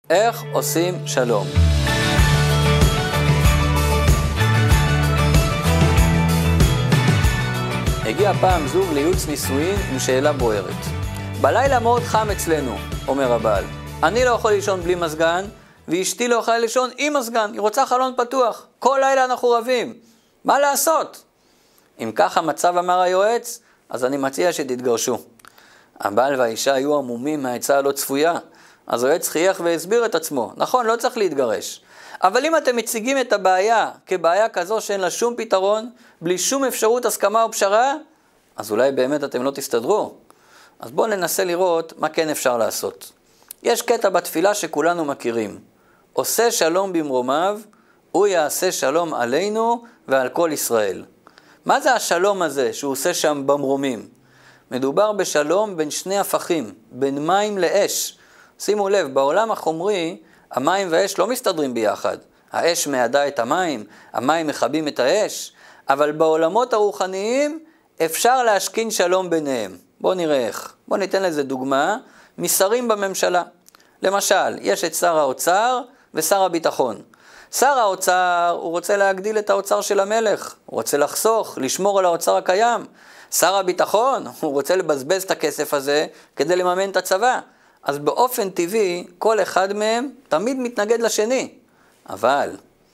איך עושים שלום? הגיע פעם זוג לייעוץ נישואין עם שאלה בוערת. בלילה מאוד חם אצלנו, אומר הבעל. אני לא יכול לישון בלי מזגן, ואשתי לא יכולה לישון עם מזגן, היא רוצה חלון פתוח. כל לילה אנחנו רבים. מה לעשות? אם ככה מצב אמר היועץ, אז אני מציע שתתגרשו. הבעל והאישה היו עמומים מהעצה הלא צפויה, אז היועץ חייך והסביר את עצמו. נכון, לא צריך להתגרש. אבל אם אתם מציגים את הבעיה כבעיה כזו שאין לה שום פתרון, בלי שום אפשרות הסכמה או פשרה, אז אולי באמת אתם לא תסתדרו. אז בואו ננסה לראות מה כן אפשר לעשות. יש קטע בתפילה שכולנו מכירים. עושה שלום במרומיו, הוא יעשה שלום עלינו ועל כל ישראל. מה זה השלום הזה שהוא עושה שם במרומים? מדובר בשלום בין שני הפכים, בין מים לאש. שימו לב, בעולם החומרי, המים והאש לא מסתדרים ביחד. האש מעדה את המים, המים מכבים את האש, אבל בעולמות הרוחניים אפשר להשכין שלום ביניהם. בואו נראה איך. בואו ניתן לזה דוגמה משרים בממשלה. למשל, יש את שר האוצר ושר הביטחון. שר האוצר, הוא רוצה להגדיל את האוצר של המלך, הוא רוצה לחסוך, לשמור על האוצר הקיים. שר הביטחון, הוא רוצה לבזבז את הכסף הזה כדי לממן את הצבא. אז באופן טבעי, כל אחד מהם תמיד מתנגד לשני. אבל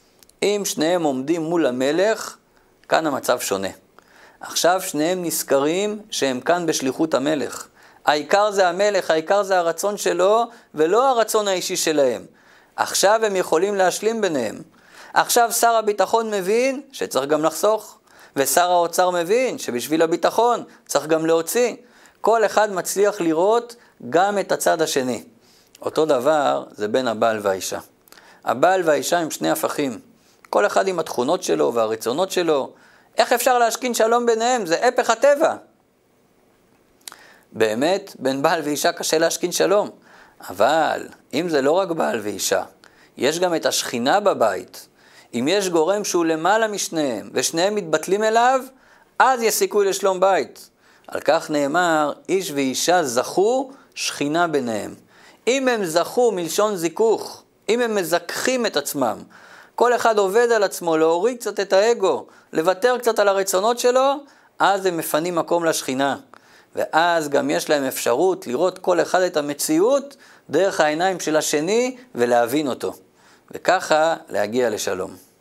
אם שניהם עומדים מול המלך, כאן המצב שונה. עכשיו שניהם נזכרים שהם כאן בשליחות המלך. העיקר זה המלך, העיקר זה הרצון שלו, ולא הרצון האישי שלהם. עכשיו הם יכולים להשלים ביניהם. עכשיו שר הביטחון מבין שצריך גם לחסוך, ושר האוצר מבין שבשביל הביטחון צריך גם להוציא. כל אחד מצליח לראות גם את הצד השני. אותו דבר זה בין הבעל והאישה. הבעל והאישה הם שני הפכים. כל אחד עם התכונות שלו והרצונות שלו. איך אפשר להשכין שלום ביניהם? זה הפך הטבע. באמת, בין בעל ואישה קשה להשכין שלום. אבל אם זה לא רק בעל ואישה, יש גם את השכינה בבית. אם יש גורם שהוא למעלה משניהם, ושניהם מתבטלים אליו, אז יש סיכוי לשלום בית. על כך נאמר, איש ואישה זכו שכינה ביניהם. אם הם זכו מלשון זיכוך, אם הם מזכחים את עצמם, כל אחד עובד על עצמו, להוריד קצת את האגו, לוותר קצת על הרצונות שלו, אז הם מפנים מקום לשכינה. ואז גם יש להם אפשרות לראות כל אחד את המציאות דרך העיניים של השני ולהבין אותו. וככה להגיע לשלום.